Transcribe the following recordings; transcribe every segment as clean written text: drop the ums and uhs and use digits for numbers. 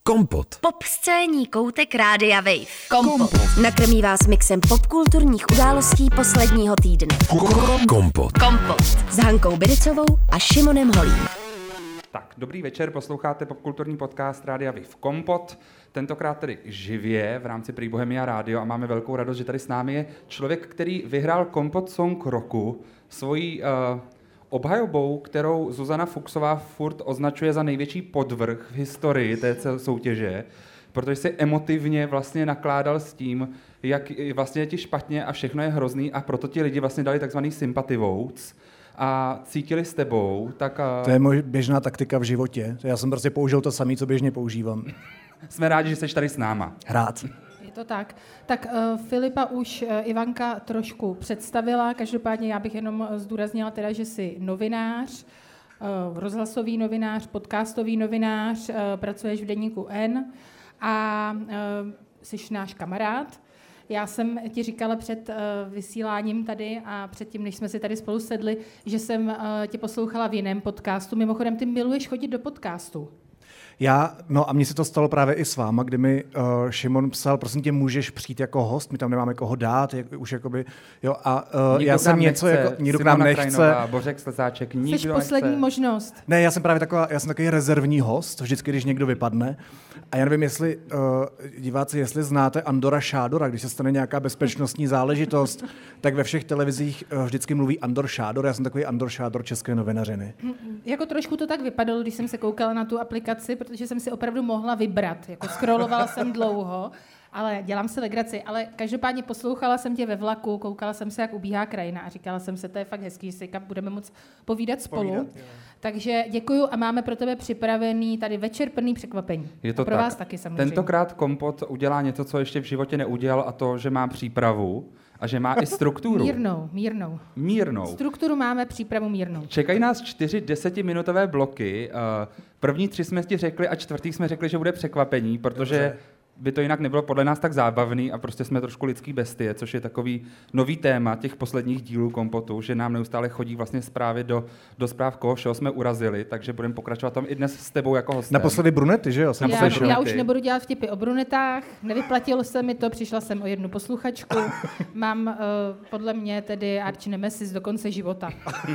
Kompot. Popscénní koutek Rádia Wave. Kompot. Nakrmí vás mixem popkulturních událostí posledního týdne. Kompot. S Hankou Biricovou a Šimonem Holím. Tak, dobrý večer, posloucháte popkulturní podcast Rádia Wave Kompot. Tentokrát tedy živě v rámci Prý Bohemia Radio a máme velkou radost, že tady s námi je člověk, který vyhrál Kompot Song roku svojí obhajobou, kterou Zuzana Fuchsová furt označuje za největší podvrh v historii té soutěže, protože si emotivně vlastně nakládal s tím, jak vlastně je ti špatně a všechno je hrozný a proto ti lidi vlastně dali takzvaný sympathy votes a cítili s tebou, tak... To je moje běžná taktika v životě. Já jsem prostě použil to samé, co běžně používám. Jsme rádi, že jsi tady s náma. Hrát. Je to tak. Tak Filipa už Ivanka trošku představila, každopádně já bych jenom zdůraznila teda, že jsi novinář, rozhlasový novinář, podcastový novinář, pracuješ v deníku N a jsi náš kamarád. Já jsem ti říkala před vysíláním tady a předtím, než jsme si tady spolu sedli, že jsem tě poslouchala v jiném podcastu. Mimochodem, ty miluješ chodit do podcastu. No a mně se to stalo právě i s váma, kdy mi Šimon psal, prosím tě, můžeš přijít jako host, my tam nemáme koho dát, už jakoby, jo, a já jsem něco nechce, jako, nikdo k nám nechce. Krajnová, Bořek Slesáček, nikdo Jsi poslední nechce. možnost. Ne, já jsem takový rezervní host, vždycky, když někdo vypadne. A já nevím, jestli, diváci, jestli znáte Andora Šádora, když se stane nějaká bezpečnostní záležitost, tak ve všech televizích vždycky mluví Andor Šádor, já jsem takový Andor Šádor české novinařiny. Jako trošku to tak vypadalo, když jsem se koukala na tu aplikaci, protože jsem si opravdu mohla vybrat. Jako scrollovala jsem dlouho, ale dělám si legraci. Ale každopádně poslouchala jsem tě ve vlaku, koukala jsem se, jak ubíhá krajina a říkala jsem se, to je fakt hezký, že si budeme moc povídat spolu. Takže děkuju a máme pro tebe připravený tady večer plný překvapení. Je to a pro tak. vás taky samozřejmě. Tentokrát Kompot udělá něco, co ještě v životě neudělal, a to, že má přípravu a že má i strukturu. Mírnou. Strukturu máme, přípravu mírnou. Čekají nás 4 desetiminutové bloky. První 3 jsme ti řekli a čtvrtý jsme řekli, že bude překvapení, protože by to jinak nebylo podle nás tak zábavný a prostě jsme trošku lidský bestie, což je takový nový téma těch posledních dílů Kompotu, že nám neustále chodí vlastně zprávy do zpráv, koho všeho jsme urazili, takže budeme pokračovat tam i dnes s tebou jako hostem. Naposledy brunety, že jo? Já už nebudu dělat vtipy o brunetách, nevyplatilo se mi to, přišla jsem o jednu posluchačku, mám podle mě tedy arch nemesis do konce života.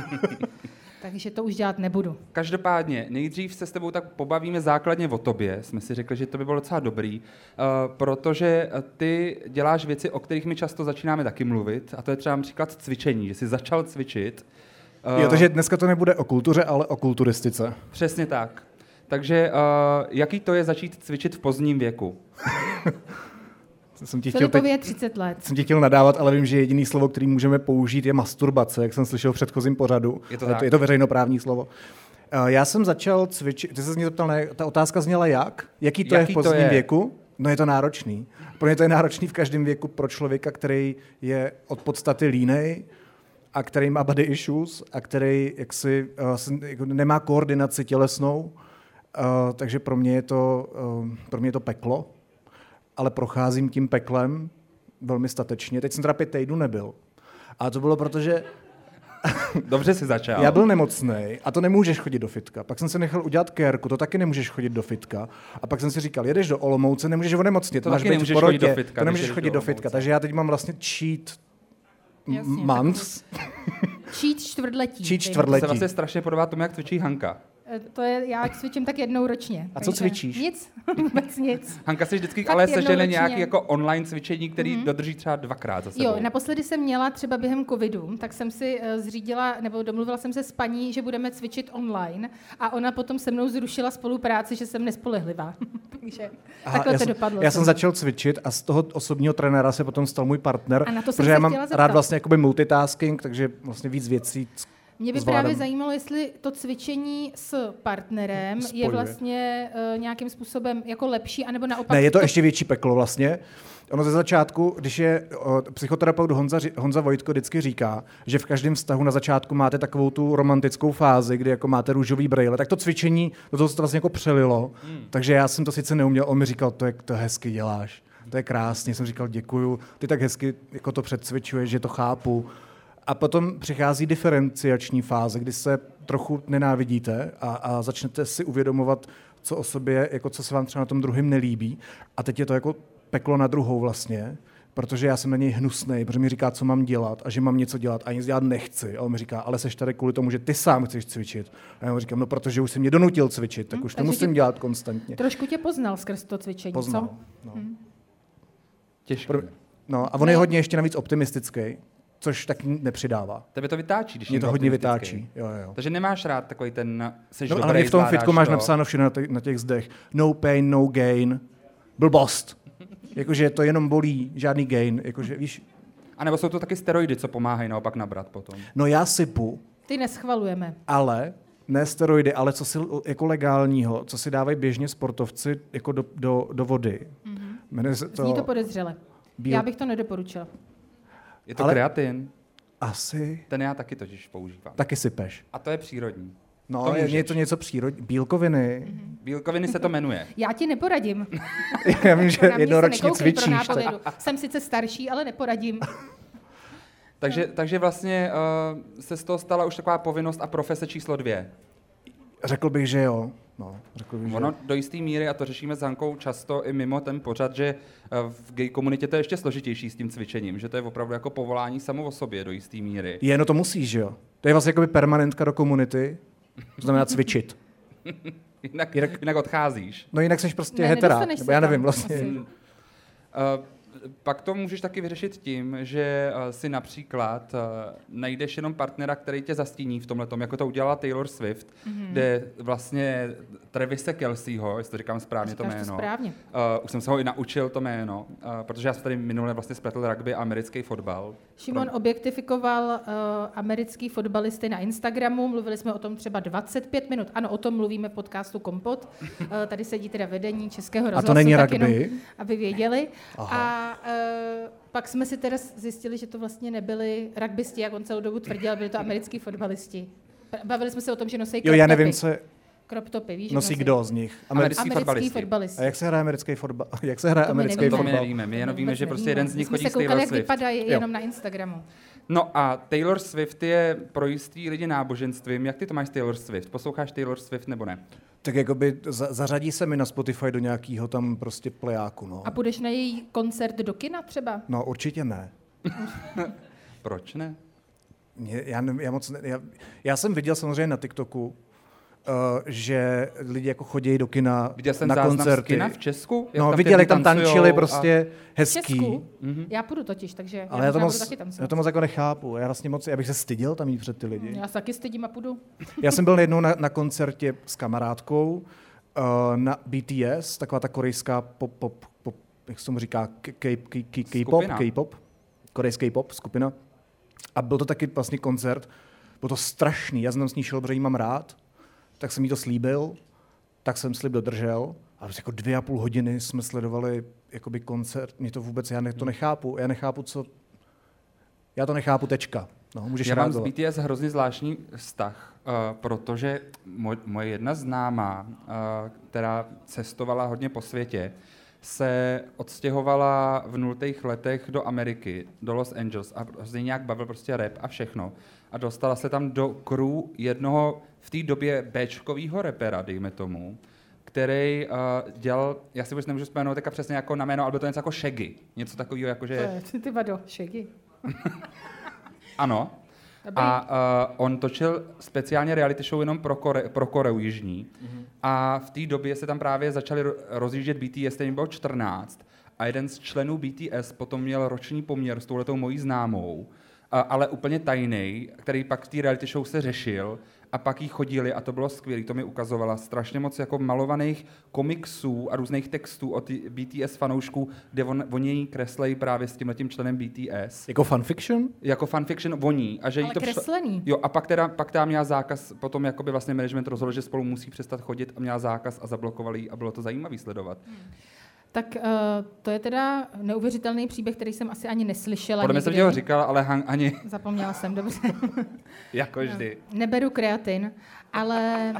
Takže to už dělat nebudu. Každopádně, nejdřív se s tebou tak pobavíme základně o tobě. Jsme si řekli, že to by bylo docela dobrý, protože ty děláš věci, o kterých my často začínáme taky mluvit, a to je třeba například cvičení, že jsi začal cvičit. Jo, takže dneska to nebude o kultuře, ale o kulturistice. Přesně tak. Takže jaký to je začít cvičit v pozdním věku? Filipově 30 let. Jsem ti chtěl nadávat, ale vím, že jediný slovo, který můžeme použít, je masturbace, jak jsem slyšel v předchozím pořadu. Je to veřejnoprávní slovo. Já jsem začal cvičit, ty se mě zeptal, ta otázka zněla jak? Jaký to je v pozdním věku? No je to náročný. Pro mě to je náročný v každém věku pro člověka, který je od podstaty línej a který má body issues a který nemá koordinaci tělesnou, takže pro mě je to peklo. Ale procházím tím peklem velmi statečně. Teď jsem teda 5 týdnů nebyl. A to bylo proto, že... Dobře si začal. Já byl nemocnej a to nemůžeš chodit do fitka. Pak jsem se nechal udělat kérku, to taky nemůžeš chodit do fitka. A pak jsem si říkal, jedeš do Olomouce, nemůžeš onemocnit. To taky nemůžeš chodit do fitka. To nemůžeš chodit do fitka. Takže já teď mám vlastně cheat months. Cheat čtvrtletí. Cheat čtvrtletí. Se vlastně strašně podobá tomu, jak cvičí Hanka. To je, já cvičím tak jednou ročně. A co cvičíš? Nic, vůbec nic. Hanka si vždycky ale sežene nějaký jako online cvičení, který dodrží třeba 2krát za sebou. Jo, naposledy jsem měla třeba během covidu, tak jsem si zřídila, nebo domluvila jsem se s paní, že budeme cvičit online a ona potom se mnou zrušila spolupráci, že jsem nespolehlivá. Takže takhle to dopadlo. Já jsem začal cvičit a z toho osobního trenéra se potom stal můj partner, a na to protože já mám rád vlastně jakoby multitasking, takže vlastně víc věcí. Mě by právě zajímalo, jestli to cvičení s partnerem je vlastně nějakým způsobem jako lepší, anebo naopak... Ne, je to ještě větší peklo vlastně. Ono ze začátku, když je psychoterapeut Honza Vojtko vždycky říká, že v každém vztahu na začátku máte takovou tu romantickou fázi, kdy jako máte růžový brejle, tak to cvičení, do toho se to vlastně jako přelilo. Takže já jsem to sice neuměl, on mi říkal, to hezky děláš, to je krásně, jsem říkal děkuju, ty tak hezky jako to předcvičuješ, že to chápu. A potom přichází diferenciační fáze, kdy se trochu nenávidíte a začnete si uvědomovat co o sobě, jako co se vám třeba na tom druhém nelíbí. A teď je to jako peklo na druhou vlastně, protože já jsem na něj hnusnej, protože mi říká, co mám dělat a že mám něco dělat a nic dělat nechci. A on mi říká, ale seš tady kvůli tomu, že ty sám chceš cvičit. A já mu říkám, no protože už jsi mě donutil cvičit, tak už to musím dělat konstantně. Trošku tě poznal skrz to cvičení, poznal, co? No. Těžko. No a on je hodně ještě navíc optimistický, což tak nepřidává. Tebe to vytáčí, když mě to hodně vytáčí. Jo. Takže nemáš rád takový ten, seš dobrý, ale v tom fitku máš to. napsáno všechno na těch zdech. No pain, no gain. Blbost. Jakože to jenom bolí, žádný gain. Jakože, víš. A nebo jsou to taky steroidy, co pomáhají naopak nabrat potom? No já sypu. Ty neschvalujeme. Ale, ne steroidy, ale co si jako legálního, co si dávají běžně sportovci jako do vody. Zní to podezřele. Já bych to nedoporučila. Je to kreatin? Asi. Ten já taky totiž používám. Taky sypeš. A to je přírodní. No, je to něco přírodní. Bílkoviny. Bílkoviny se to jmenuje. Já ti neporadím. Já vím, že jednoročně cvičíš. Jsem sice starší, ale neporadím. Takže vlastně se z toho stala už taková povinnost a profese číslo 2. Řekl bych, že jo. Ono do jisté míry, a to řešíme s Hankou často i mimo ten pořad, že v gay komunitě to je ještě složitější s tím cvičením, že to je opravdu jako povolání samo o sobě do jisté míry. No to musíš, že jo. To je vlastně jakoby permanentka do komunity, to znamená cvičit. jinak odcházíš. No jinak jsi prostě hetera, nebo já nevím vlastně. Pak to můžeš taky vyřešit tím, že si například najdeš jenom partnera, který tě zastíní v tomhletom, jako to udělala Taylor Swift, kde vlastně Travise Kelceho, jestli to říkám správně to jméno. Správně. Už jsem se ho i naučil to jméno, protože já jsem tady minule vlastně spletl rugby a americký fotbal. Šimon objektifikoval americký fotbalisty na Instagramu, mluvili jsme o tom třeba 25 minut. Ano, o tom mluvíme v podcastu Kompot. Tady sedí teda vedení Českého rozhlasu. A to není rugby? Jenom, aby věděli. Aha. A pak jsme si teda zjistili, že to vlastně nebyli rugbysti, jak on celou dobu tvrdil, byli to americký fotbalisti. Bavili jsme se o tom, že nosí crop topy. Já nevím, co... Crop topy, víš? Nosí kdo z nich? Americký fotbalisti. A jak se hraje americký fotbal? To my nevíme. My jenom víme, že prostě jeden z nich chodí s Taylor Swift. My jsme koukali, jak vypadají jenom na Instagramu. No a Taylor Swift je pro jistý lidi náboženstvím. Jak ty to máš s Taylor Swift? Posloucháš Taylor Swift nebo ne? Tak jakoby zařadí se mi na Spotify do nějakého tam prostě plejáku, no. A půjdeš na její koncert do kina třeba? No určitě ne. Proč ne? Já jsem viděl samozřejmě na TikToku, že lidi jako chodí do kina viděl jsem na koncerty. Kina v Česku? Viděl, jak tam tančili prostě hezký. V Česku? Já půjdu totiž, takže ale já to moc jako nechápu. Já bych se styděl tam jít před ty lidi. Já se taky stydím a půjdu. Já jsem byl jednou na koncertě s kamarádkou na BTS, taková ta korejská pop, jak se tomu říká, K-pop, korejský pop skupina. A byl to taky vlastně koncert. Bylo to strašný. Já jsem s ní šel, protože jí mám rád. Tak jsem jí to slíbil, tak jsem slib dodržel. A jako 2,5 hodiny jsme sledovali jakoby koncert. Mě to vůbec, já to nechápu. Já to nechápu, tečka. No, můžeš já reagovat. mám s BTS hrozně zvláštní vztah, protože moje jedna známá, která cestovala hodně po světě, se odstěhovala v 0. letech do Ameriky, do Los Angeles a z něj nějak bavil prostě rap a všechno. A dostala se tam do crew jednoho v té době béčkovýho rapera, dejme tomu, který dělal, já si vůbec nemůžu vzpomenout teďka přesně jako na jméno, ale bylo to něco jako Shaggy. Něco takového, jako že... Ty vado, Shaggy. Ano. Dobrý. A on točil speciálně reality show jenom pro Koreu jižní. Mm-hmm. A v té době se tam právě začali rozjíždět BTS, který bylo 14. A jeden z členů BTS potom měl roční poměr s touhletou mojí známou, ale úplně tajnej, který pak v té reality show se řešil a pak jí chodili a to bylo skvělé, to mi ukazovala strašně moc jako malovaných komiksů a různých textů od BTS fanoušků, kde oni jí kreslejí právě s tímhletím členem BTS. Jako fanfiction? Jako fanfiction voní. A že jí ale to kreslený. Jo, a pak teda měla zákaz, potom jakoby vlastně management rozhodl, že spolu musí přestat chodit a měla zákaz a zablokovali jí a bylo to zajímavý sledovat. Tak to je teda neuvěřitelný příběh, který jsem asi ani neslyšela. Podle mě jsem ti ho říkala, ale ani... Zapomněla jsem, dobře. Jako vždy. Neberu kreatin, ale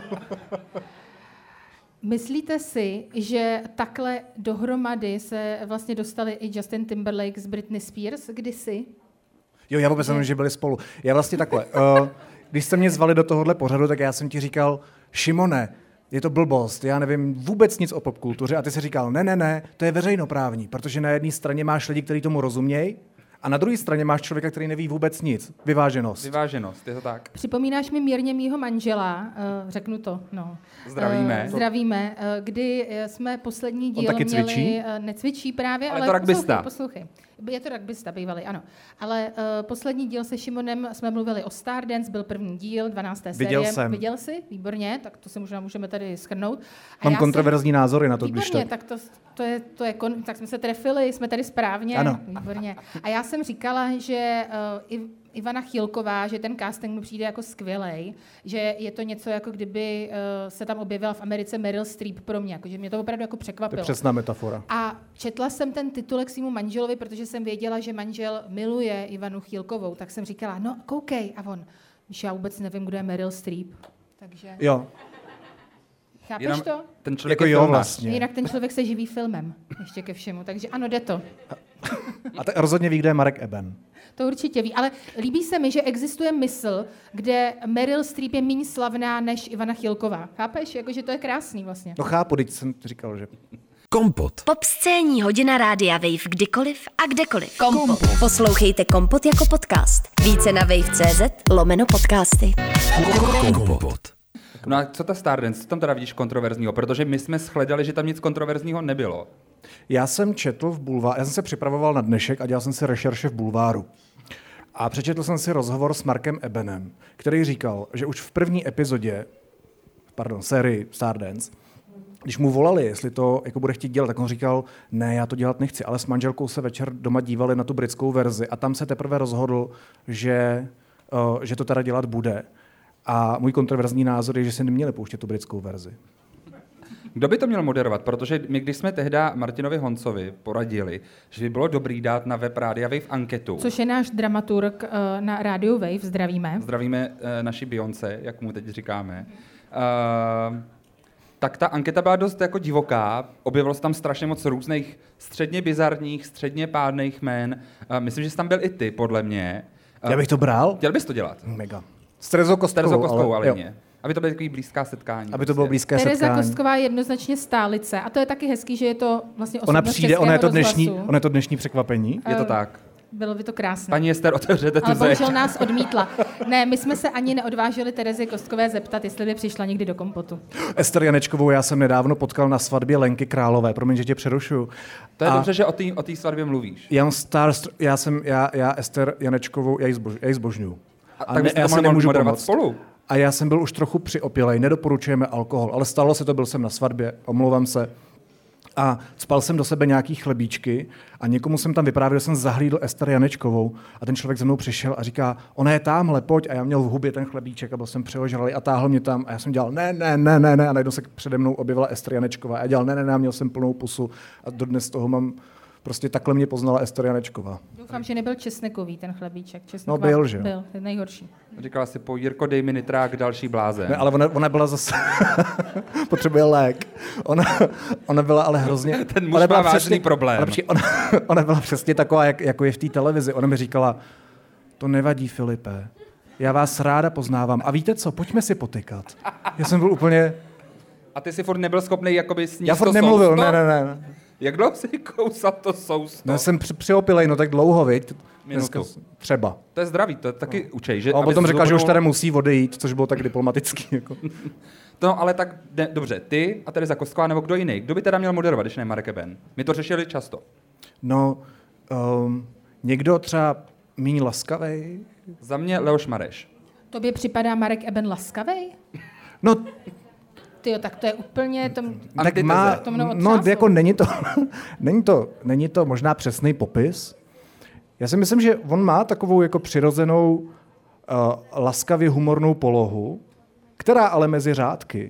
myslíte si, že takhle dohromady se vlastně dostali i Justin Timberlake s Britney Spears kdysi? Jo, já vůbec nevím, že byli spolu. Já vlastně takhle. Když jste mě zvali do tohohle pořadu, tak já jsem ti říkal, Šimone, je to blbost, já nevím vůbec nic o popkultuře a ty si říkal, ne, to je veřejnoprávní, protože na jedné straně máš lidi, kteří tomu rozumějí, a na druhé straně máš člověka, který neví vůbec nic. Vyváženost. Vyváženost, je to tak. Připomínáš mi mírně mýho manžela, řeknu to, no. Zdravíme. Kdy jsme poslední díl měli... Necvičí právě, ale to rugbysta. Poslouchej. Je to rugbysta, bývalý, ano. Ale poslední díl se Šimonem jsme mluvili o Stardance, byl první díl, 12. série. Viděl jsem. Viděl jsi? Výborně, tak to si možná můžeme tady shrnout. Mám kontroverzní názory na to, výborně, když tak tak jsme se trefili, jsme tady správně. Ano. Výborně. A já jsem říkala, že Ivana Chýlková, že ten casting mi přijde jako skvělej, že je to něco, jako kdyby se tam objevila v Americe Meryl Streep pro mě, že mě to opravdu jako překvapilo. To je přesná metafora. A četla jsem ten titulek svému manželovi, protože jsem věděla, že manžel miluje Ivanu Chýlkovou, tak jsem říkala, no koukej, a on, když já vůbec nevím, kdo je Meryl Streep, takže... Jo. Chápeš jenom to? Ten člověk jako je jo, vlastně. Jinak ten člověk se živí filmem, ještě ke všemu, takže ano, jde to. A rozhodně ví, kde je Marek Eben. To určitě ví, ale líbí se mi, že existuje mysl, kde Meryl Streep je méně slavná než Ivana Chýlková. Chápeš? Jakože to je krásný vlastně. No chápu, teď jsem říkal, že... Kompot. Popscénní hodina Rádia Wave kdykoliv a kdekoliv. Kompot. Poslouchejte Kompot jako podcast. Více na wave.cz/podcasty. Kompot. No a co ta Stardance, co tam teda vidíš kontroverzního? Protože my jsme shledali, že tam nic kontroverzního nebylo. Já jsem četl v Bulváru, já jsem se připravoval na dnešek a dělal jsem si rešerše v Bulváru. A přečetl jsem si rozhovor s Markem Ebenem, který říkal, že už v první epizodě, sérii Stardance, když mu volali, jestli to jako bude chtít dělat, tak on říkal, ne, já to dělat nechci, ale s manželkou se večer doma dívali na tu britskou verzi a tam se teprve rozhodl, že to teda dělat bude. A můj kontroverzní názor je, že se neměli pouštět tu britskou verzi. Kdo by to měl moderovat? Protože my, když jsme tehda Martinovi Honcovi poradili, že by bylo dobrý dát na web Rádia Wave anketu. Což je náš dramaturg na Radio Wave, zdravíme. Zdravíme naši Beyoncé, jak mu teď říkáme. Tak ta anketa byla dost jako divoká, objevilo se tam strašně moc různých středně bizarních, středně pádných jmén. Myslím, že jsi tam byl i ty, podle mě. Já bych to bral? Chtěl bys to dělat? Mega. S Terezou Kostkovou, ale ne. Aby to bylo takový blízká setkání. Aby to bylo blízké setkání. setkání. Tereza Kostková je jednoznačně stálice. A to je taky hezký, že je to vlastně ona osobnost přijde, ona je to dnešní rozhlasu. překvapení. Je to tak. Bylo by to krásné. Paní Ester, otevřete tu ale zeď. bohužel nás odmítla. Ne, my jsme se ani neodvážili Terezy Kostkové zeptat, jestli by přišla někdy do Kompotu. Ester Janečkovou já jsem nedávno potkal na svatbě Lenky Králové. Promiň, že tě přerušuju. To je dobře, že o té svatbě mluvíš. Já Ester Janečkovou, já ji zbožňuju. A tak byste to mohli moderovat spolu. A já jsem byl už trochu přiopilej, nedoporučujeme alkohol, ale stalo se to, byl jsem na svatbě, omlouvám se. A spal jsem do sebe nějaký chlebíčky a někomu jsem tam vyprávěl, že jsem zahlídl Ester Janečkovou a ten člověk za mnou přišel a říká, ona je tamhle, pojď. A já měl v hubě ten chlebíček a byl jsem přeožralý a táhl mě tam a já jsem dělal ne. A najednou se přede mnou objevila Ester Janečková a já dělal ne, a měl jsem plnou pusu a dodnes toho mám, prostě takhle mě poznala Ester Janečková. Doufám, že nebyl česnekový ten chlebíček. No byl, že jo. Byl, nejhorší. Říkala si, Jirko, dej mi nitrák, další blázen. Ne, ale ona byla zase... Potřebuje lék. Ona byla ale hrozně... Ten muž má vážný problém. Ona byla přesně taková, jako je v té televizi. Ona mi říkala, to nevadí, Filipe. Já vás ráda poznávám. A víte co, pojďme si potykat. Já jsem byl úplně... A ty si furt nebyl schopný jakoby sníst to Já furt nemluvil, ne. Jak dlouho jsi kousal to sousto? No, jsem přiopilej, no tak dlouho, viď? Minutu. Třeba. To je zdravý, to je taky učej. Že, a on potom říkal, že už tady musí odejít, což bylo tak diplomatický. Jako. No, ale tak, dobře, ty a Tereza Kostková nebo kdo jiný? Kdo by teda měl moderovat, když ne Marek Eben? My to řešili často. No, někdo třeba míň laskavej? Za mě Leoš Mareš. Tobě připadá Marek Eben laskavej? No, tyjo, tak to je úplně... Tak má, no jako není to možná přesný popis. Já si myslím, že on má takovou jako přirozenou laskavě humornou polohu, která ale mezi řádky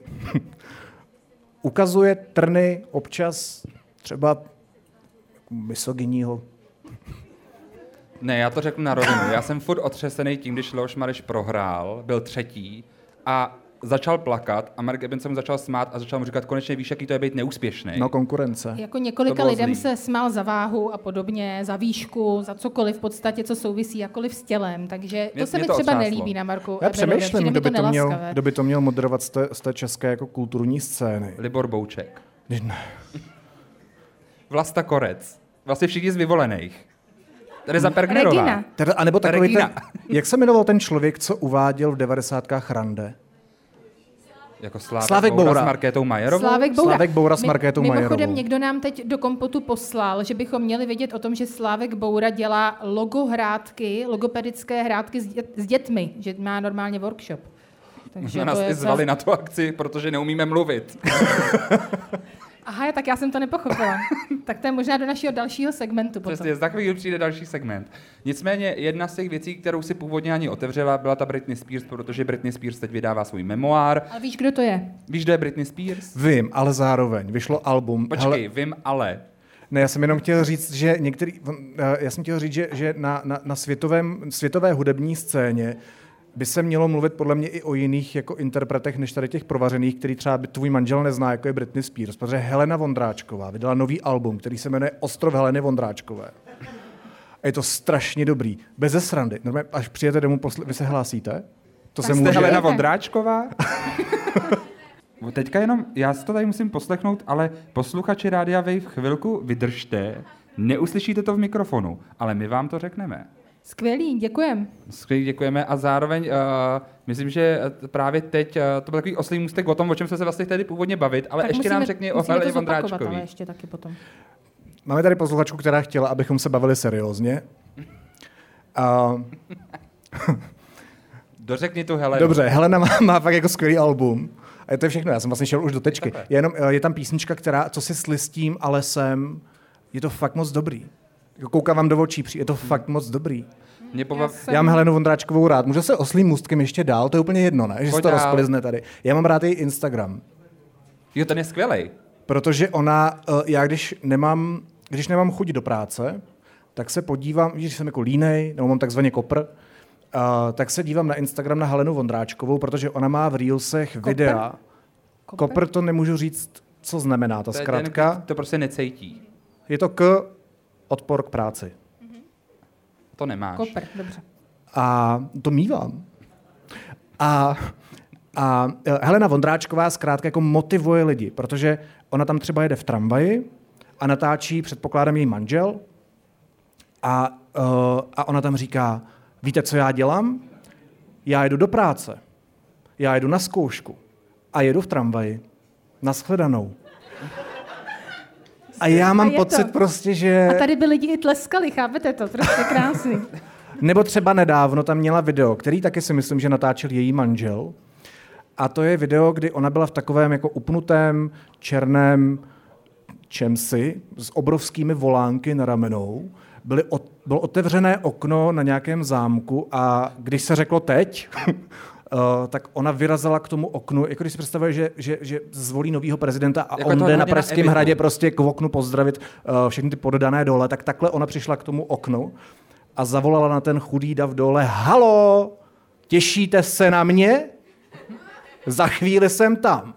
ukazuje trny občas třeba misogynního. Ne, já to řeknu na rovinu. Já jsem furt otřesený tím, když Leoš Mareš prohrál, byl třetí a začal plakat a Mark Eban se mu začal smát a začal mu říkat, konečně víš, jaký to je být neúspěšný. No, konkurence. Jako několika lidem se smál za váhu a podobně, za výšku, za cokoliv v podstatě, co souvisí jakkoliv s tělem. Takže to se mi třeba nelíbí na Marku Ebanovi. Já přemýšlím, kdo by to měl moderovat z té české jako kulturní scény. Libor Bouček. Ne. Vlasta Korec. Vlastně všichni z vyvolených. Tereza Pergnerová. Regina. A nebo takový ten, jak se jmenoval ten člověk, co uváděl v 90kách rande? Jako Slávek Boura s Markétou Majerovou? Slávek Boura s Markétou Majerovou. Mimochodem někdo nám teď do kompotu poslal, že bychom měli vědět o tom, že Slávek Boura dělá logopedické hrátky s dětmi, že má normálně workshop. Takže nás i zvali na tu akci, protože neumíme mluvit. Aha, tak já jsem to nepochopila. Tak to je možná do našeho dalšího segmentu potom. Přesně, za chvíli přijde další segment. Nicméně jedna z těch věcí, kterou si původně ani otevřela, byla ta Britney Spears, protože Britney Spears teď vydává svůj memoár. Ale víš, kdo to je? Víš, kdo je Britney Spears? Vím, ale zároveň vyšlo album. Počkej, vím, ale. Ne, já jsem jenom chtěl říct, že že na světové hudební scéně by se mělo mluvit podle mě i o jiných jako interpretech, než tady těch provařených, který třeba tvůj manžel nezná, jako je Britney Spears, protože Helena Vondráčková vydala nový album, který se jmenuje Ostrov Heleny Vondráčkové. A je to strašně dobrý. Beze srandy. Normálně, až přijete domů, vy se hlásíte? To se může... Helena Vondráčková? Teďka jenom, já si to tady musím poslechnout, ale posluchači Rádia Wave chvilku vydržte, neuslyšíte to v mikrofonu, ale my vám to řekneme. Skvělý, děkujeme. Skvělý, děkujeme a zároveň myslím, že právě teď to byl takový oslý můstek o tom, o čem jsme se vlastně chtěli původně bavit, ale tak ještě nám řekni o Heleně Vondráčkové. Ale ještě taky potom. Máme tady posluchačku, která chtěla, abychom se bavili seriózně. Dořekni tu Helenu. Dobře, Helena má fakt jako skvělý album. A to je všechno, já jsem vlastně šel už do tečky. Je tam písnička, která, co si s listím a lesem, je to fakt moc dobrý. Koukám vám do očí, je to fakt moc dobrý. Já mám Helenu Vondráčkovou rád. Můžu se oslým můstkem ještě dál? To je úplně jedno, ne? Že se to rozplizne tady. Já mám rád její Instagram. Jo, ten je skvělej. Protože ona, já když nemám chuť do práce, tak se podívám, když jsem jako línej, nebo mám takzvaně kopr, tak se dívám na Instagram na Helenu Vondráčkovou, protože ona má v Reelsech videa. Kopr to nemůžu říct, co znamená ta zkratka. To prostě necejtí. Je to odpor k práci. To nemáš. Kopr, dobře. A to mívám. A Helena Vondráčková zkrátka jako motivuje lidi, protože ona tam třeba jede v tramvaji a natáčí, předpokládám, její manžel a ona tam říká, víte, co já dělám? Já jedu do práce, já jedu na zkoušku a jedu v tramvaji. Nashledanou. A já mám pocit prostě, že... A tady by lidi i tleskali, chápete to? Prostě krásný. Nebo třeba nedávno tam měla video, který taky si myslím, že natáčel její manžel. A to je video, kdy ona byla v takovém jako upnutém černém čemsi s obrovskými volánky na ramenou. Bylo otevřené okno na nějakém zámku a když se řeklo teď, tak ona vyrazila k tomu oknu, jako když si představuje, že zvolí novýho prezidenta a jako on jde na Pražském hradě prostě k oknu pozdravit všechny ty poddané dole, tak takhle ona přišla k tomu oknu a zavolala na ten chudý dav dole, halo, těšíte se na mě? Za chvíli jsem tam.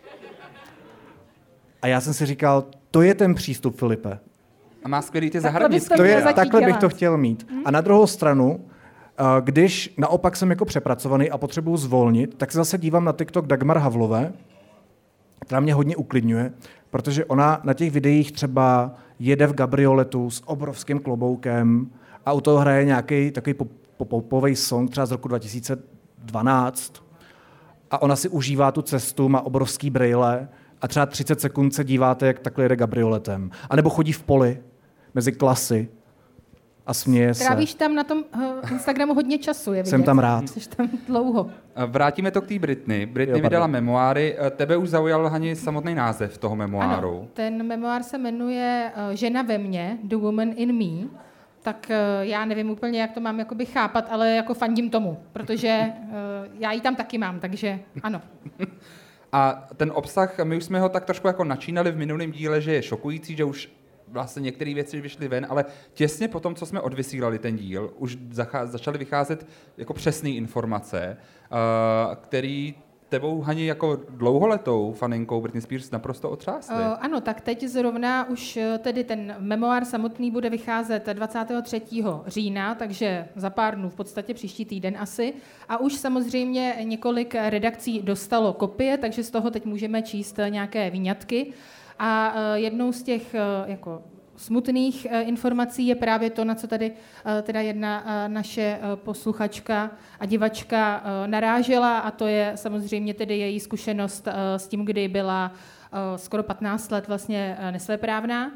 A já jsem si říkal, to je ten přístup, Filipe. A má skvělý ty zahradnické. Takhle bych to chtěl mít. A na druhou stranu, když naopak jsem jako přepracovaný a potřebuji zvolnit, tak se zase dívám na TikTok Dagmar Havlové, která mě hodně uklidňuje, protože ona na těch videích třeba jede v gabrioletu s obrovským kloboukem a u toho hraje nějaký takový popový song třeba z roku 2012 a ona si užívá tu cestu, má obrovský brejle a třeba 30 sekund se díváte, jak takhle jede gabrioletem. A nebo chodí v poli mezi klasy a směje se. Trávíš tam na tom Instagramu hodně času, je vidět. Jsem tam rád. Jsi tam dlouho. Vrátíme to k té Britney. Britney vydala memoáry. Tebe už zaujal, Hani, samotný název toho memoáru. Ano, ten memoár se jmenuje Žena ve mně, The Woman in Me. Tak já nevím úplně, jak to mám jakoby chápat, ale jako fandím tomu, protože já ji tam taky mám, takže ano. A ten obsah, my už jsme ho tak trošku jako načínali v minulém díle, že je šokující, že už vlastně některé věci vyšly ven, ale těsně po tom, co jsme odvysílali ten díl, už začaly vycházet jako přesné informace, který tebou, Hani, jako dlouholetou faninkou Britney Spears naprosto otřásly. Ano, tak teď zrovna už tedy ten memoár samotný bude vycházet 23. října, takže za pár dnů, v podstatě příští týden asi. A už samozřejmě několik redakcí dostalo kopie, takže z toho teď můžeme číst nějaké výňatky. A jednou z těch jako smutných informací je právě to, na co tady teda jedna naše posluchačka a divačka narážela, a to je samozřejmě tedy její zkušenost s tím, kdy byla skoro 15 let vlastně nesvéprávná.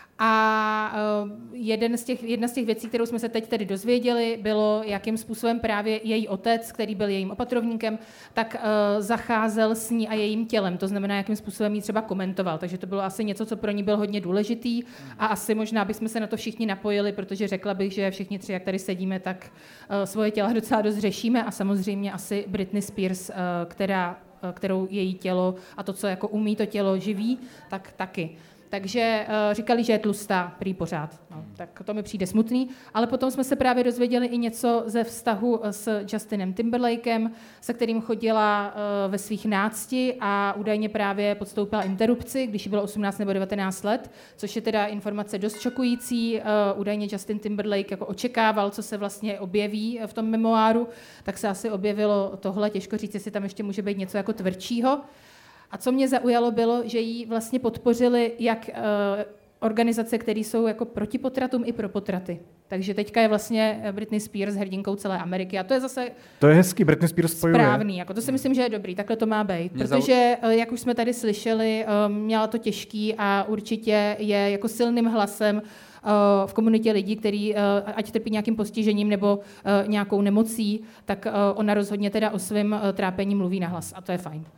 A jedna z těch věcí, kterou jsme se teď tedy dozvěděli, bylo, jakým způsobem právě její otec, který byl jejím opatrovníkem, tak zacházel s ní a jejím tělem. To znamená, jakým způsobem ji třeba komentoval. Takže to bylo asi něco, co pro ní bylo hodně důležitý, a asi možná bychom se na to všichni napojili, protože řekla bych, že všichni tři, jak tady sedíme, tak svoje těla docela dost řešíme, a samozřejmě asi Britney Spears, kterou její tělo a to, co jako umí to tělo živí, tak taky. Takže říkali, že je tlustá prý pořád. No, tak to mi přijde smutný. Ale potom jsme se právě dozvěděli i něco ze vztahu s Justinem Timberlakem, se kterým chodila ve svých nácti a údajně právě podstoupila interrupci, když jí bylo 18 nebo 19 let, což je teda informace dost šokující. Údajně Justin Timberlake jako očekával, co se vlastně objeví v tom memoáru, tak se asi objevilo tohle. Těžko říct, jestli tam ještě může být něco jako tvrdšího. A co mě zaujalo, bylo, že ji vlastně podpořili jak organizace, které jsou jako proti potratům, i pro potraty. Takže teďka je vlastně Britney Spears hrdinkou celé Ameriky. A to je zase... To je hezký, Britney Spears spojuje. Správný, jako to si myslím, že je dobrý, takhle to má být. Protože, jak už jsme tady slyšeli, měla to těžký a určitě je jako silným hlasem v komunitě lidí, který ať trpí nějakým postižením nebo nějakou nemocí, tak ona rozhodně teda o svém trápení mluví nahlas. A to je fajn.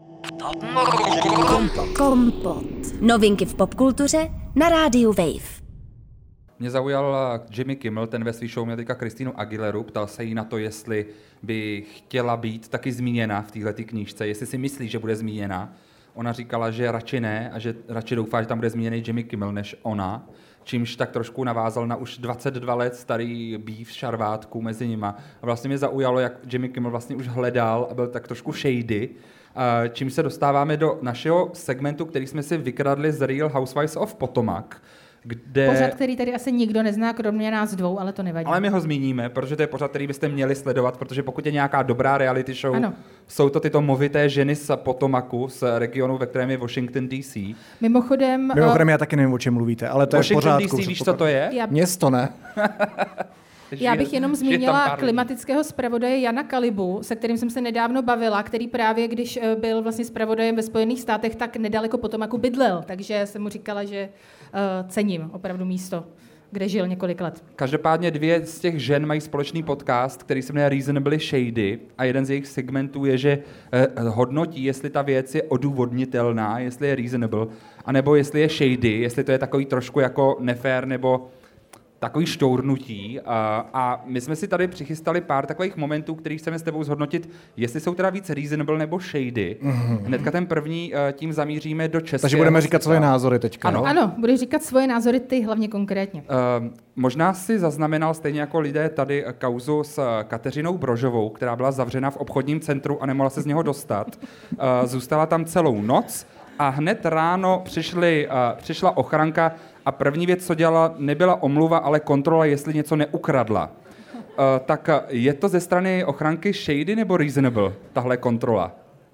Kompot. Novinky v popkultuře na rádiu Wave. Mě zaujal Jimmy Kimmel, ten ve svý show měl teďka Christinu Aguileru, ptal se jí na to, jestli by chtěla být taky zmíněna v téhleté knížce, jestli si myslí, že bude zmíněna. Ona říkala, že radši ne a že radši doufá, že tam bude zmíněný Jimmy Kimmel než ona, čímž tak trošku navázal na už 22 let starý beef šarvátku mezi nima. A vlastně mě zaujalo, jak Jimmy Kimmel vlastně už hledal a byl tak trošku shady, čím se dostáváme do našeho segmentu, který jsme si vykradli z Real Housewives of Potomac, kde... Pořad, který tady asi nikdo nezná, kromě nás dvou, ale to nevadí. Ale my ho zmíníme, protože to je pořad, který byste měli sledovat, protože pokud je nějaká dobrá reality show, ano. Jsou to tyto movité ženy z Potomacu, z regionu, ve kterém je Washington D.C. Mimochodem, já taky nevím, o čem mluvíte, ale to Washington je v pořádku. D.C., víš, co to je? Město, ne? Já bych jenom zmínila klimatického zpravodaje Jana Kalibu, se kterým jsem se nedávno bavila, který právě, když byl vlastně zpravodajem ve Spojených státech, tak nedaleko Potomacu bydlel, takže jsem mu říkala, že cením opravdu místo, kde žil několik let. Každopádně dvě z těch žen mají společný podcast, který se jmenuje Reasonably Shady, a jeden z jejich segmentů je, že hodnotí, jestli ta věc je odůvodnitelná, jestli je reasonable, anebo jestli je shady, jestli to je takový trošku jako nefér nebo takový štournutí, a my jsme si tady přichystali pár takových momentů, kterých chceme s tebou zhodnotit, jestli jsou teda víc reasonable nebo shady. Hnedka ten první tím zamíříme do českého. Takže budeme říkat svoje názory teďka. Ano, budeš říkat svoje názory ty hlavně konkrétně. Možná si zaznamenal stejně jako lidé tady kauzu s Kateřinou Brožovou, která byla zavřena v obchodním centru a nemohla se z něho dostat. Zůstala tam celou noc a hned ráno přišla ochranka a první věc, co dělala, nebyla omluva, ale kontrola, jestli něco neukradla. Tak je to ze strany ochranky shady nebo reasonable, tahle kontrola?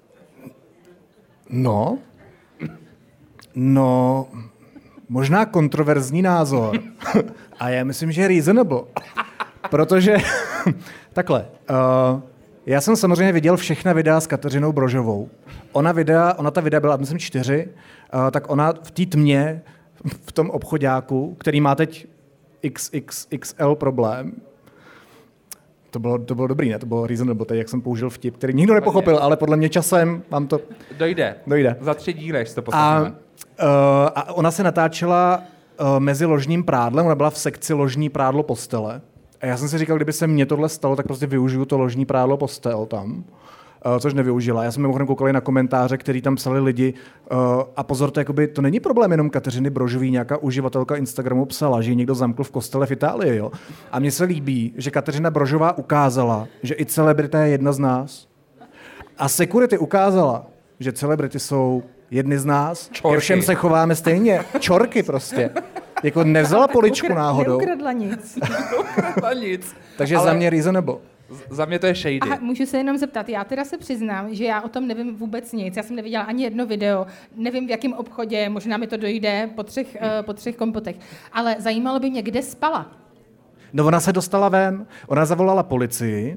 No, možná kontroverzní názor. A já myslím, že reasonable. Protože, takhle, já jsem samozřejmě viděl všechna videa s Kateřinou Brožovou. Ona ta videa byla, myslím, 4, tak ona v té tmě, v tom obchoďáku, který má teď XXXL problém. To bylo dobrý, ne? To bylo reasonable, teď jak jsem použil vtip, který nikdo nepochopil, ale podle mě časem vám to... Dojde. Za 3 díly, až to posledujeme. A ona se natáčela mezi ložním prádlem, ona byla v sekci ložní prádlo postele. A já jsem si říkal, kdyby se mně tohle stalo, tak prostě využiju to ložní prádlo postel tam. Což nevyužila. Já jsem mimochodem koukal na komentáře, který tam psali lidi. A pozor, to není problém jenom Kateřiny Brožový, nějaká uživatelka Instagramu psala, že ji někdo zamkl v kostele v Itálii. Jo? A mně se líbí, že Kateřina Brožová ukázala, že i celebrita je jedna z nás. A security ukázala, že celebrity jsou jedny z nás. Čorky. Ke všem se chováme stejně. Čorky prostě. Jako nevzala poličku náhodou. Neukradla nic. Neukradla nic. Takže za mě reasonable. Za mě to je shady. Aha, můžu se jenom zeptat, já teda se přiznám, že já o tom nevím vůbec nic, já jsem neviděla ani jedno video, nevím v jakém obchodě, možná mi to dojde po třech kompotech, ale zajímalo by mě, kde spala. No ona se dostala ven, ona zavolala policii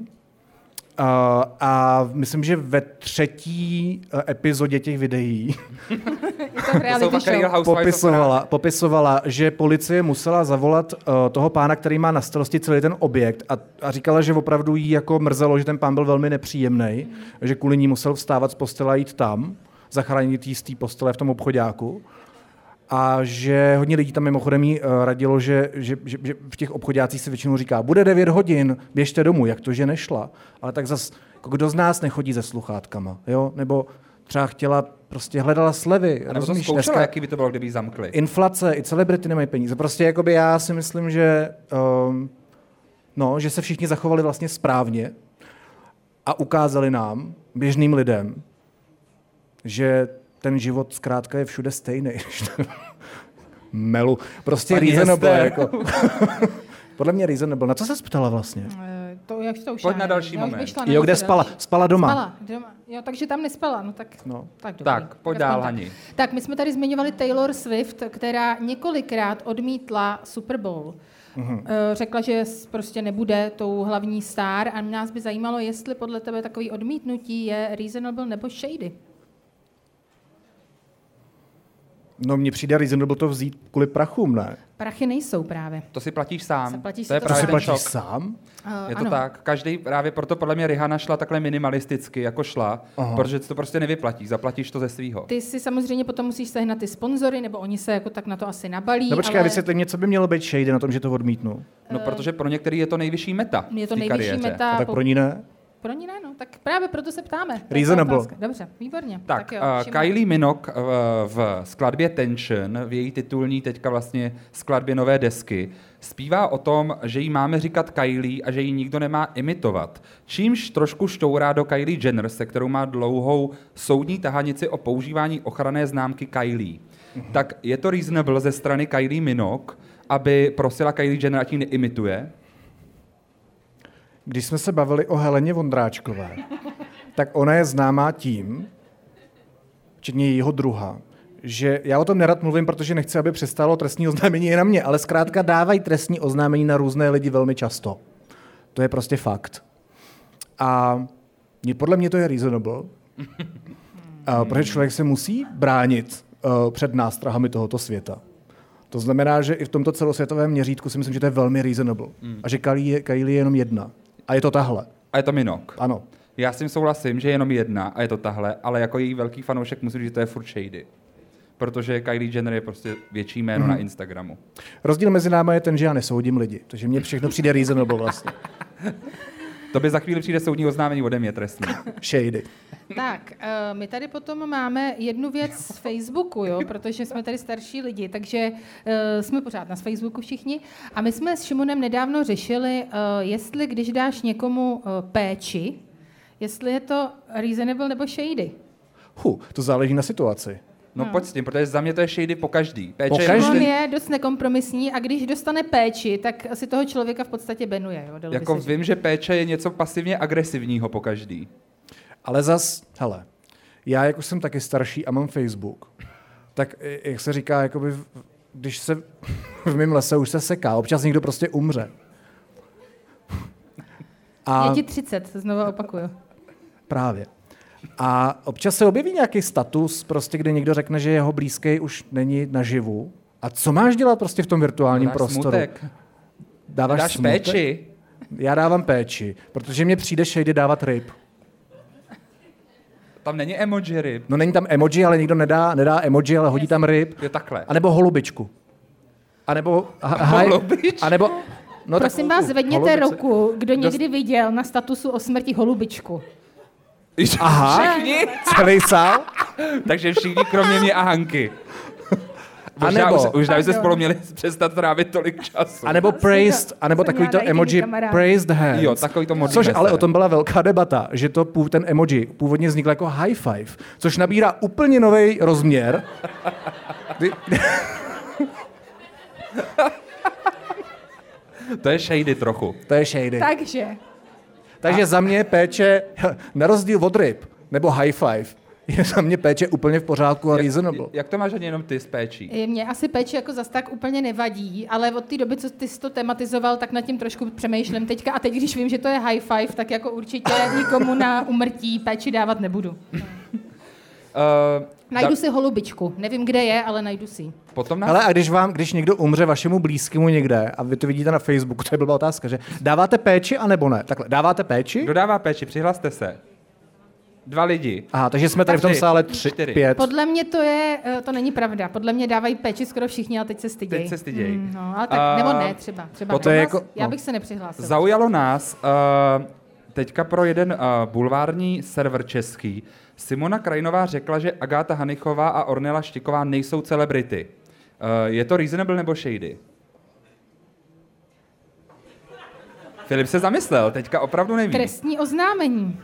a myslím, že ve 3. epizodě těch videí popisovala, že policie musela zavolat toho pána, který má na starosti celý ten objekt a říkala, že opravdu jí jako mrzelo, že ten pán byl velmi nepříjemný, že kvůli ní musel vstávat z postele a jít tam, zachránit jí z té postele v tom obchoďáku. A že hodně lidí tam mimochodem jí radilo, že v těch obchoďácích se většinou říká, bude 9 hodin, běžte domů, jak to, že nešla. Ale tak zas, kdo z nás nechodí se sluchátkama, jo? Nebo třeba hledala slevy. A nebo to zkoušela, jaký by to bylo, kdyby jí zamkli. Inflace, i celebrity nemají peníze. Prostě jakoby já si myslím, že se všichni zachovali vlastně správně a ukázali nám, běžným lidem, že ten život zkrátka je všude stejný. Melu. Prostě reasonable. Jako. Podle mě reasonable. Na co se ptala vlastně? To už pojď na další moment. Jo, kde spala? Spala doma. Spala doma. Jo, takže tam nespala. No tak dobrý. Tak, pojď dál, Hani. Tak, my jsme tady zmiňovali Taylor Swift, která několikrát odmítla Super Bowl. Řekla, že prostě nebude tou hlavní star a nás by zajímalo, jestli podle tebe takový odmítnutí je reasonable nebo shady. No mně přijde reasonable to vzít kvůli prachům, ne? Prachy nejsou právě. To si platíš sám. To je právě ten šok. Sám? Je to ano. Tak. Každý právě proto podle mě Rihanna šla takhle minimalisticky, jako šla, protože to prostě nevyplatí. Zaplatíš to ze svýho. Ty si samozřejmě potom musíš sehnat ty sponzory, nebo oni se jako tak na to asi nabalí. No počkej, vysvětli mě, co by mělo být shady na tom, že to odmítnu. No protože pro některý je to nejvyšší meta. Je to nejvyšší meta. A tak pro ní ne? Pro ní ne, no. Tak právě proto se ptáme. Reasonable. Dobře, výborně. Tak jo, Kylie Minogue v skladbě Tension, v její titulní teďka vlastně skladbě nové desky, zpívá o tom, že jí máme říkat Kylie a že ji nikdo nemá imitovat. Čímž trošku šťourá do Kylie Jenner, se kterou má dlouhou soudní tahanici o používání ochranné známky Kylie. Tak je to reasonable ze strany Kylie Minogue, aby prosila Kylie Jenner, ať ji neimituje? Když jsme se bavili o Heleně Vondráčkové, tak ona je známá tím, včetně jejího druha, že já o tom nerad mluvím, protože nechci, aby přestálo trestní oznámení i na mě, ale zkrátka dávají trestní oznámení na různé lidi velmi často. To je prostě fakt. A podle mě to je reasonable, protože člověk se musí bránit před nástrahami tohoto světa. To znamená, že i v tomto celosvětovém měřítku si myslím, že to je velmi reasonable. A že Kylie je jenom jedna. A je to tahle. A je to Minogue. Ano. Já s tím souhlasím, že je jenom jedna a je to tahle, ale jako její velký fanoušek musím říct, že to je furt shady. Protože Kylie Jenner je prostě větší jméno na Instagramu. Rozdíl mezi náma je ten, že já nesoudím lidi. Takže mně všechno přijde reasonable vlastně. To by za chvíli přijde soudní oznámení ode mě trestní. Shady. Tak, my tady potom máme jednu věc z Facebooku, jo, protože jsme tady starší lidi, takže jsme pořád na Facebooku všichni. A my jsme s Šimonem nedávno řešili, jestli když dáš někomu péči, jestli je to reasonable nebo shady. To záleží na situaci. No pojď s tím, protože za mě to je shady po každý. On je dost nekompromisní a když dostane péči, tak si toho člověka v podstatě benuje. Jo, jako vím, že péče je něco pasivně agresivního po každý. Ale zas, hele, já jak už jsem taky starší a mám Facebook, tak jak se říká, jakoby, když se v mém lese už se seká, občas někdo prostě umře. Je ti 30, znovu opakuju. Právě. A občas se objeví nějaký status, prostě, kde někdo řekne, že jeho blízký už není naživu. A co máš dělat prostě v tom virtuálním prostoru? Smutek. Dáš péči? Já dávám péči, protože mě přijde shady dávat ryb. Tam není emoji ryb. No není tam emoji, ale nikdo nedá emoji, ale hodí tam ryb. Jo, takhle. A nebo holubičku. A nebo... A nebo... No, prosím vás, zvedněte ruku, kdo někdy viděl na statusu o smrti holubičku. Aha, všichni? Celý sál? Takže všichni, kromě mě a Hanky. Už se spolu měli přestat trávit tolik času. A nebo praised, a nebo takový to emoji praised hands. Jo, takový to modlíme. Což ale o tom byla velká debata, že ten emoji původně vznikl jako high five, což nabírá úplně nový rozměr. To je shady trochu. To je shady. Takže za mě péče, na rozdíl od ryb, nebo high five, je za mě péče úplně v pořádku a reasonable. Jak to máš jenom ty s péčí? Mně asi péče jako zas tak úplně nevadí, ale od té doby, co ty jsi to tematizoval, tak nad tím trošku přemýšlím teďka. A teď, když vím, že to je high five, tak jako určitě nikomu na umrtí péči dávat nebudu. Najdu si holubičku. Nevím, kde je, ale najdu si. Ale a když někdo umře vašemu blízkému někde, a vy to vidíte na Facebooku, to je blbá otázka, že dáváte péči, anebo ne? Takhle, dáváte péči? Kdo dává péči? Přihlaste se. 2 lidi. Aha, takže jsme tady v tom sále 5. Podle mě to není pravda. Podle mě dávají péči skoro všichni, ale teď se stydějí. No, ale tak, nebo ne, třeba já bych se nepřihlásil. Zaujalo nás teďka pro jeden bulvární server český. Simona Krajinová řekla, že Agáta Hanichová a Ornella Štiková nejsou celebrity. Je to reasonable nebo shady? Filip se zamyslel, teďka opravdu neví. Trestní oznámení.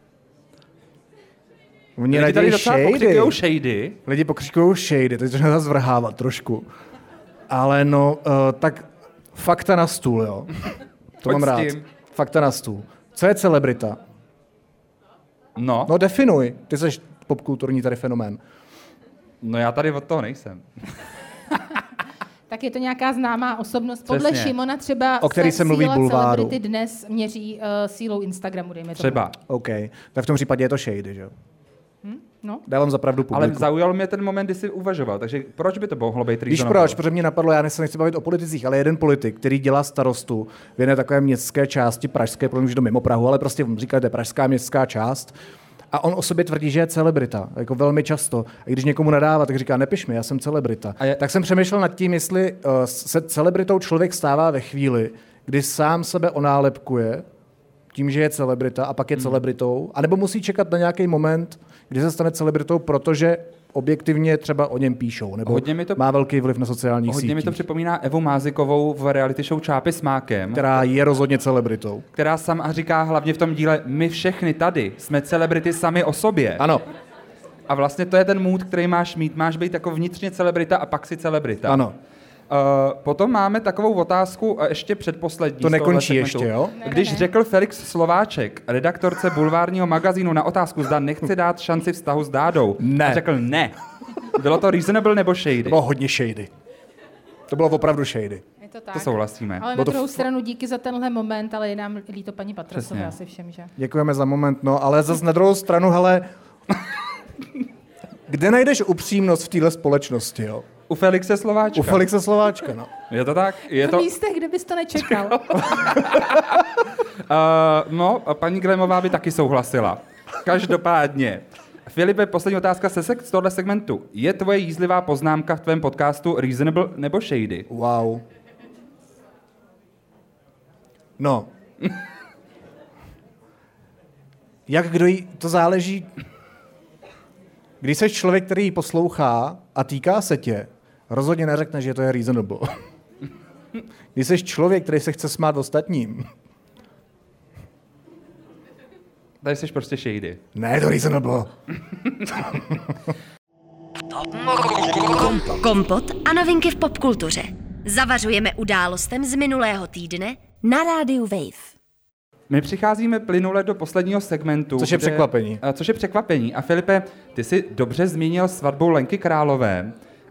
Lidi tady docela pokřikujou shady. Lidi pokřikují shady, teď to můžeme zase vrhávat trošku. Ale no, tak fakta na stůl, jo. To mám rád. Fakta na stůl. Co je celebrita? No definuj. Ty jsi popkulturní tady fenomén. No já tady od toho nejsem. Tak je to nějaká známá osobnost. Přesně. Podle Šimona třeba o který se mluví v bulváru. Celebrity dnes měří sílou Instagramu, dejme tomu. Třeba. OK. Tak v tom případě je to shady, že jo? No. Dávám za pravdu publiku. Ale zaujal mě ten moment, kdy jsi uvažoval, takže proč by to mohlo být reasonable? Víš proč? Protože mě napadlo, já se nechci bavit o politicích, ale jeden politik, který dělá starostu v jedné takové městské části pražské, protože to mimo Prahu, ale prostě říká, to je pražská městská část. A on o sobě tvrdí, že je celebrita, jako velmi často. A když někomu nadává, tak říká, nepiš mi, já jsem celebrita. Tak jsem přemýšlel nad tím, jestli se celebritou člověk stává ve chvíli, kdy sám sebe onálepkuje tím, že je celebrita a pak je celebritou, anebo musí čekat na nějaký moment, kdy se stane celebritou, protože objektivně třeba o něm píšou, nebo má velký vliv na sociálních sítích. Hodně mi to připomíná Evu Mázikovou v reality show Čápy s mákem. Která je rozhodně celebritou. Která sama říká hlavně v tom díle, my všechny tady jsme celebrity sami o sobě. Ano. A vlastně to je ten mood, který máš mít. Máš být jako vnitřně celebrita a pak si celebrita. Ano. Potom máme takovou otázku, ještě předposlední. To nekončí ještě, jo? Když řekl Felix Slováček, redaktorce bulvárního magazínu, na otázku, zda nechce dát šanci vztahu s Dádou, a řekl ne. Bylo to reasonable nebo shady? To bylo hodně shady. To bylo opravdu shady. Je to tak. To souhlasíme. Ale na druhou stranu díky za tenhle moment, ale je nám líto paní Patrasové asi všem, že? Děkujeme za moment, no, ale zase na druhou stranu, hele, kde najdeš upřímnost v téhle společnosti, jo? U Felixe Slováčka. U Felixe Slováčka, no. Je to tak? Je to... V místech, kde bys to nečekal. No, paní Glemová by taky souhlasila. Každopádně. Filipe, poslední otázka z tohohle segmentu. Je tvoje jízlivá poznámka v tvém podcastu reasonable nebo shady? Wow. No. Jak kdo jí... To záleží... Když jsi člověk, který ji poslouchá a týká se tě, rozhodně neřekne, že to je reasonable. Když jsi člověk, který se chce smát ostatním. Tady jsi prostě shady. Ne, je to reasonable. Kompot a novinky v popkultuře. Zavařujeme událostem z minulého týdne na rádiu Wave. My přicházíme plynule do posledního segmentu. Což je překvapení. Což je překvapení. A Filipe, ty jsi dobře zmínil svatbu Lenky Králové.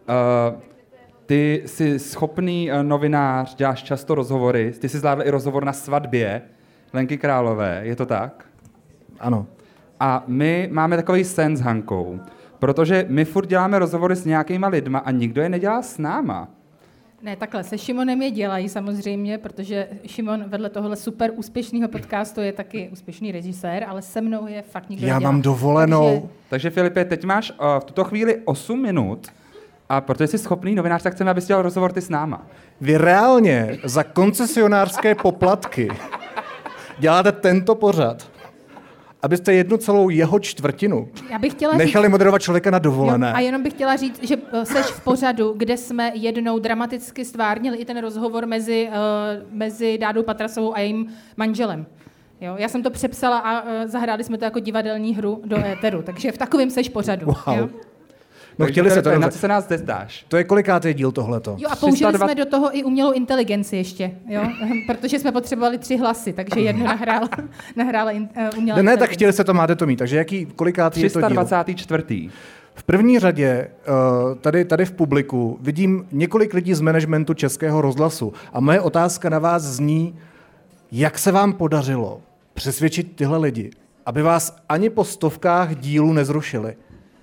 Ty jsi schopný novinář, děláš často rozhovory. Ty jsi zvládl i rozhovor na svatbě Lenky Králové. Je to tak? Ano. A my máme takový sen s Hankou. Protože my furt děláme rozhovory s nějakýma lidma a nikdo je nedělá s náma. Ne, takhle, se Šimonem je dělají samozřejmě, protože Šimon vedle tohohle super úspěšného podcastu je taky úspěšný režisér, ale se mnou je fakt nikdo nedělá. Já mám dovolenou. Takže Filipe, teď máš v tuto chvíli 8 minut a protože jsi schopný novinář, tak chceme, abys dělal rozhovor ty s náma. Vy reálně za koncesionářské poplatky děláte tento pořad. abyste jednu celou jeho čtvrtinu nechali moderovat člověka na dovolené. Jo, a jenom bych chtěla říct, že seš v pořadu, kde jsme jednou dramaticky stvárnili i ten rozhovor mezi Dádou Patrasovou a jejím manželem. Jo, já jsem to přepsala a zahráli jsme to jako divadelní hru do éteru, takže v takovém seš pořadu. Wow. Jo? No chtěli se to. Na co se nás zdáš? To je kolikátý díl tohleto? Jo, a použili jsme do toho i umělou inteligenci ještě, jo? Protože jsme potřebovali 3 hlasy, takže jednu nahrála umělá Ne, tak chtěli se to, máte to mít. Takže kolikátý je to díl? 324. V první řadě tady v publiku vidím několik lidí z managementu Českého rozhlasu a moje otázka na vás zní, jak se vám podařilo přesvědčit tyhle lidi, aby vás ani po stovkách dílů nezrušili?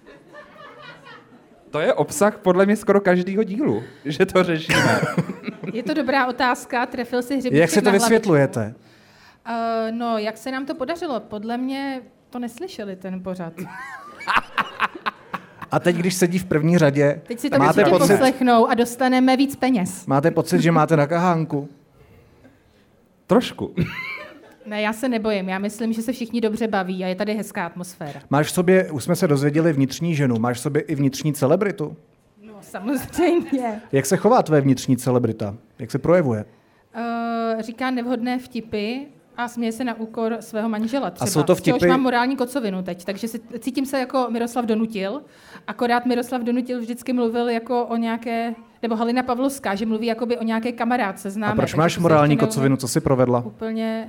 To je obsah podle mě skoro každého dílu, že to řešíme. Je to dobrá otázka, trefil si hřebíček. Jak se to vysvětlujete? No, jak se nám to podařilo? Podle mě to neslyšeli, ten pořad. A teď, když sedí v první řadě, teď si to poslechnou a dostaneme víc peněz. Máte pocit, že máte na kahánku? Trošku. Ne, já se nebojím. Já myslím, že se všichni dobře baví a je tady hezká atmosféra. Máš v sobě, už jsme se dozvěděli, vnitřní ženu. Máš v sobě i vnitřní celebritu? No, samozřejmě. Jak se chová tvoje vnitřní celebrita? Jak se projevuje? Říká nevhodné vtipy a směje se na úkor svého manžela třeba. A jsou to vtipy? Už mám morální kocovinu teď, takže cítím se jako Miroslav Donutil. Akorát Miroslav Donutil vždycky mluvil jako o nějaké, nebo Halina Pavlovská, že mluví jakoby o nějaké kamarádce známé. A proč máš morální kocovinu? Co jsi provedla? Úplně,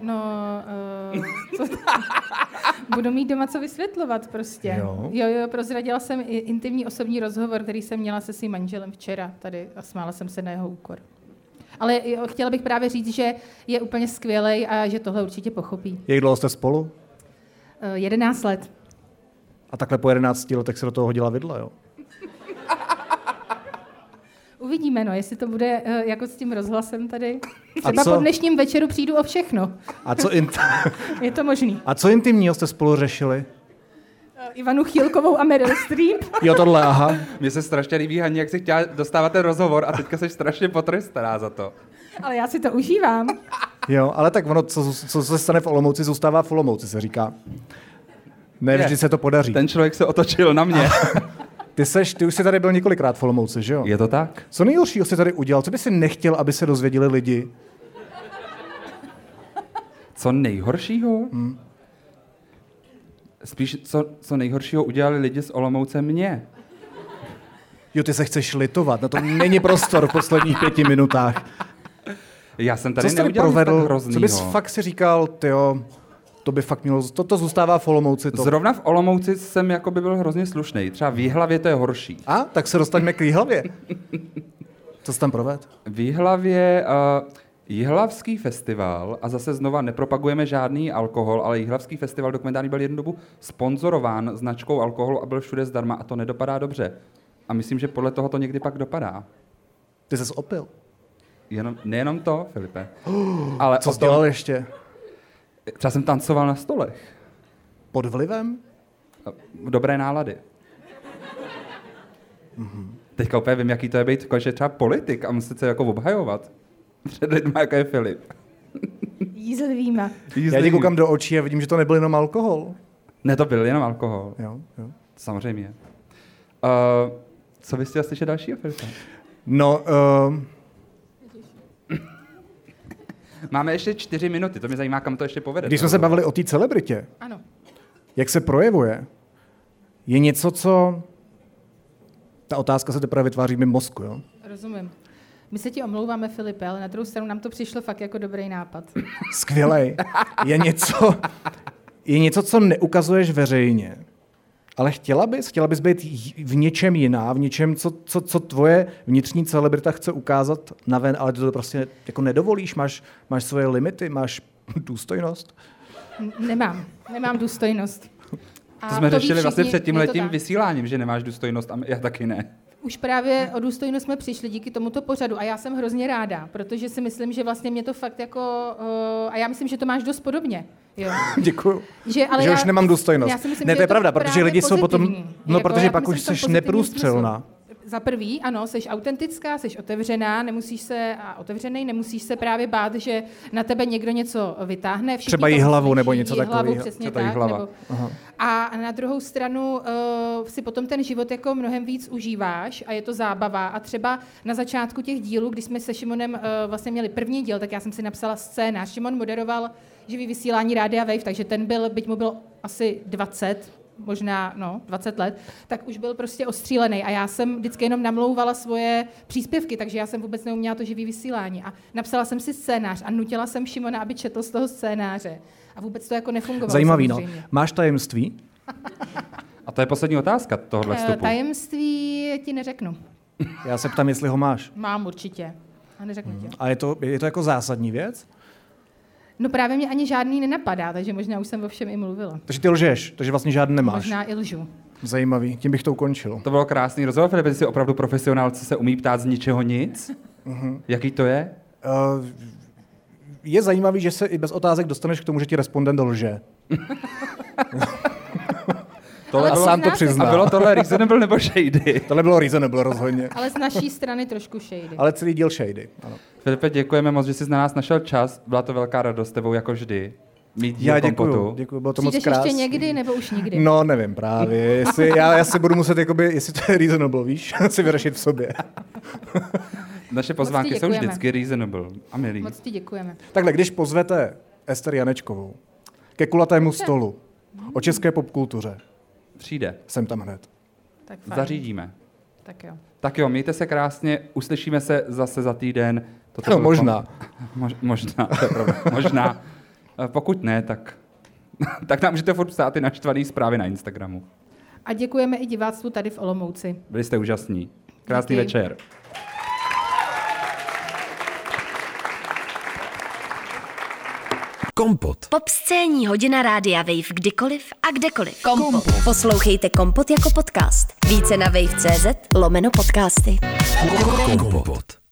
budu mít doma co vysvětlovat prostě. Jo, prozradila jsem i intimní osobní rozhovor, který jsem měla se svým manželem včera tady a smála jsem se na jeho úkor. Ale chtěla bych právě říct, že je úplně skvělej a že tohle určitě pochopí. Jak dlouho jste spolu? 11 let. A takhle po 11 letech se do toho hodila vidla, jo? Uvidíme, jestli to bude jako s tím rozhlasem tady. Třeba po dnešním večeru přijdu o všechno. A co je to možný. A co intimního jste spolu řešili? Ivanu Chýlkovou a Meryl Streep. Jo, tohle, aha. Mně se strašně líbí, Haní, jak si chtěla dostávat ten rozhovor a teďka jsi strašně potrestaná za to. Ale já si to užívám. Jo, ale tak ono, co se stane v Olomouci, zůstává v Olomouci, se říká. Ne, vždy se to podaří. Ten člověk se otočil na mě. Ty už jsi tady byl několikrát v Olomouci, že jo? Je to tak? Co nejhoršího jsi tady udělal? Co by si nechtěl, aby se dozvěděli lidi? Co nejhoršího? Spíš, co nejhoršího udělali lidi z Olomouce mě. Jo, ty se chceš litovat, na to není prostor v posledních 5 minutách. Já jsem tady neudělal nic tak hroznýho. Co bys fakt si říkal, tyjo, to by fakt mělo, to zůstává v Olomouci. To. Zrovna v Olomouci jsem jakoby byl hrozně slušnej. Třeba v Jihlavě to je horší. A, tak se dostaňme k Jihlavě. Co jsi tam provedl? V Jihlavě Jihlavský festival, a zase znova nepropagujeme žádný alkohol, ale Jihlavský festival dokumentární byl jednu dobu sponzorován značkou alkoholu a byl všude zdarma a to nedopadá dobře. A myslím, že podle toho to někdy pak dopadá. Ty ses opil? Nejenom to, Filipe. Ale co jsi dělal ještě? Třeba jsem tancoval na stolech. Pod vlivem? Dobré nálady. Teďka úplně vím, jaký to je být konečně třeba politik a muset se jako obhajovat před lidma, jako je Filip. Jízlivýma. Já ti koukám do očí a vidím, že to nebyl jenom alkohol. Ne, to byl jenom alkohol. Jo. Samozřejmě. Co bys chtěl slyšet dalšího, Filipe? No, máme ještě 4 minuty, to mě zajímá, kam to ještě povede. Když jsme se bavili o té celebritě, ano. Jak se projevuje, je něco, co... Ta otázka se teprve vytváří mimo mozku, jo? Rozumím. My se ti omlouváme, Filipe, ale na druhou stranu nám to přišlo fakt jako dobrý nápad. Skvělej. Je něco, co neukazuješ veřejně, ale chtěla bys být v něčem jiná, v něčem, co tvoje vnitřní celebrita chce ukázat naven, ale ty to prostě jako nedovolíš, máš svoje limity, máš důstojnost? Nemám důstojnost. To jsme řešili vlastně před tímhletím vysíláním, že nemáš důstojnost a já taky ne. Už právě o důstojnost jsme přišli díky tomuto pořadu a já jsem hrozně ráda, protože si myslím, že vlastně mě to fakt jako... a já myslím, že to máš dost podobně. Jo. Děkuju. Že už nemám důstojnost. Já si myslím, ne, to je pravda, protože lidi jsou potom... No, jako protože pak už jsi neprůstřelná. za prvý, ano, jsi autentická, jsi otevřená, nemusíš se právě bát, že na tebe někdo něco vytáhne. Třeba jí hlavu nebo něco takového. Přesně tak. A na druhou stranu si potom ten život jako mnohem víc užíváš a je to zábava. A třeba na začátku těch dílů, když jsme se Šimonem vlastně měli první díl, tak já jsem si napsala scénář. Šimon moderoval živý vysílání Rádia Wave, takže ten byl, byť mu bylo asi 20 let, tak už byl prostě ostřílený a já jsem vždycky jenom namlouvala svoje příspěvky, takže já jsem vůbec neuměla to živý vysílání a napsala jsem si scénář a nutila jsem Šimona, aby četl z toho scénáře a vůbec to jako nefungovalo. Zajímavý, no. Máš tajemství? A to je poslední otázka tohohle vstupu. Tajemství ti neřeknu. Já se ptám, jestli ho máš. Mám určitě a neřeknu ti. A je to jako zásadní věc? No právě mě ani žádný nenapadá, takže možná už jsem o všem i mluvila. Takže ty lžeš, takže vlastně žádný nemáš. Možná i lžu. Zajímavý, tím bych to ukončil. To bylo krásný rozhovor, Filip, jsi opravdu profesionál, co se umí ptát z ničeho nic. Jaký to je? Je zajímavý, že se i bez otázek dostaneš k tomu, že ti respondent lže. A sám to přizná. A bylo tohle reasonable nebo shady? Tohle bylo reasonable rozhodně. Ale z naší strany trošku shady. Ale celý díl shady, ano. Filipe, děkujeme moc, že jsi na nás našel čas. Byla to velká radost s tebou jako vždy. Já děkuju, bylo to moc krásný. Přijdeš ještě někdy, nebo už nikdy? No, nevím právě. Já si budu muset, jestli to je reasonable, víš, si vyřešit v sobě. Naše pozvánky jsou vždycky reasonable a milý. Moc ti děkujeme. Takhle, když pozvete Ester Janečkovou ke kulatému stolu o české popkultuře, přijde. Jsem tam hned. Tak fajn. Zařídíme. Tak jo, mějte se krásně, uslyšíme se zase za týden. Možná. Možná, to je pravda. Možná. Pokud ne, tak nám můžete furt psát i naštvaný zprávy na Instagramu. A děkujeme i diváctvu tady v Olomouci. Byli jste úžasní. Krásný večer. Kompot. Popscénní hodina Rádia Wave kdykoliv a kdekoliv. Kompot. Poslouchejte Kompot jako podcast. Více na wave.cz/podcasty. Kompot.